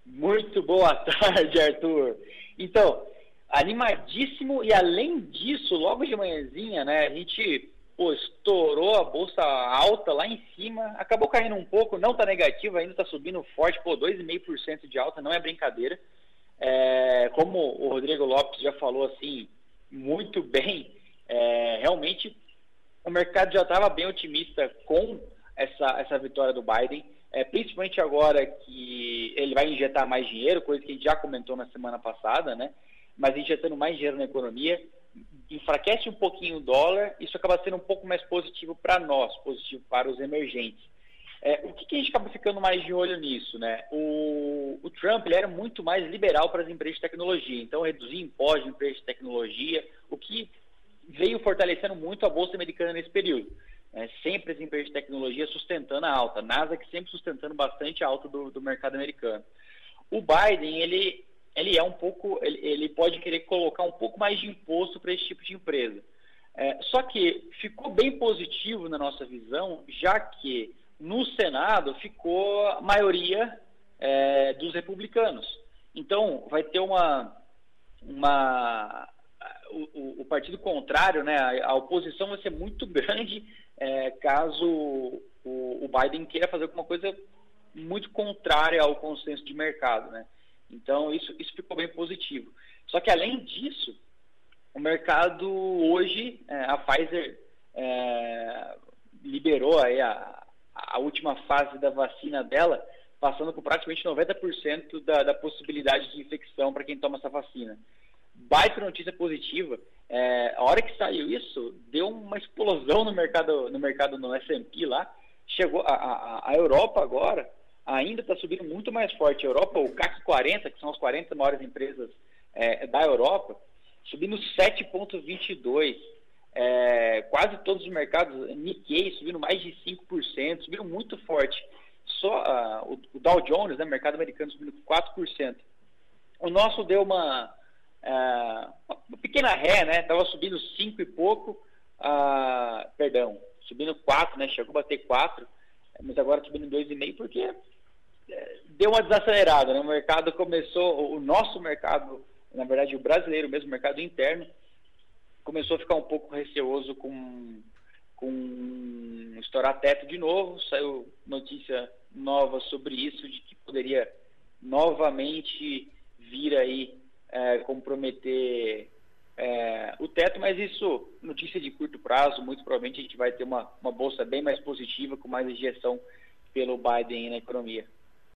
Muito boa tarde, Arthur. Então, animadíssimo e além disso, logo de manhãzinha, né, a gente estourou a bolsa alta lá em cima, acabou caindo um pouco, não está negativa, ainda está subindo forte, 2,5% de alta, não é brincadeira. Como o Rodrigo Lopes já falou assim, muito bem, realmente o mercado já estava bem otimista com essa vitória do Biden, principalmente agora que ele vai injetar mais dinheiro, coisa que a gente já comentou na semana passada, né? Mas injetando mais dinheiro na economia, enfraquece um pouquinho o dólar, isso acaba sendo um pouco mais positivo para nós, positivo para os emergentes. O que a gente acaba ficando mais de olho nisso, né? O Trump ele era muito mais liberal para as empresas de tecnologia, então reduzia impostos de empresas de tecnologia, o que veio fortalecendo muito a Bolsa Americana nesse período. Sempre as empresas de tecnologia sustentando a alta, Nasdaq sempre sustentando bastante a alta do mercado americano. O Biden, ele é um pouco, ele pode querer colocar um pouco mais de imposto para esse tipo de empresa. Só que ficou bem positivo na nossa visão, já que no Senado ficou a maioria dos republicanos. Então, vai ter o partido contrário, né, a oposição vai ser muito grande caso o Biden queira fazer alguma coisa muito contrária ao consenso de mercado, né? Então, isso ficou bem positivo. Só que, além disso, o mercado hoje, a Pfizer liberou aí a última fase da vacina dela, passando por praticamente 90% da possibilidade de infecção para quem toma essa vacina. Baita notícia positiva. A hora que saiu isso, deu uma explosão no mercado no S&P lá. Chegou a Europa agora, ainda está subindo muito mais forte. A Europa, o CAC 40, que são as 40 maiores empresas da Europa, subindo 7,22%. Quase todos os mercados, Nikkei subindo mais de 5%, subiram muito forte. Só o Dow Jones, né, mercado americano, subindo 4%. O nosso deu uma pequena ré, né? Estava subindo 5 e pouco, subindo 4, né? Chegou a bater 4, mas agora subindo 2,5 porque deu uma desacelerada, né? O mercado começou, o nosso mercado, na verdade o brasileiro mesmo, o mercado interno, começou a ficar um pouco receoso com estourar teto de novo. Saiu notícia nova sobre isso, de que poderia novamente vir aí comprometer o teto, mas isso, notícia de curto prazo, muito provavelmente a gente vai ter uma bolsa bem mais positiva, com mais injeção pelo Biden na economia.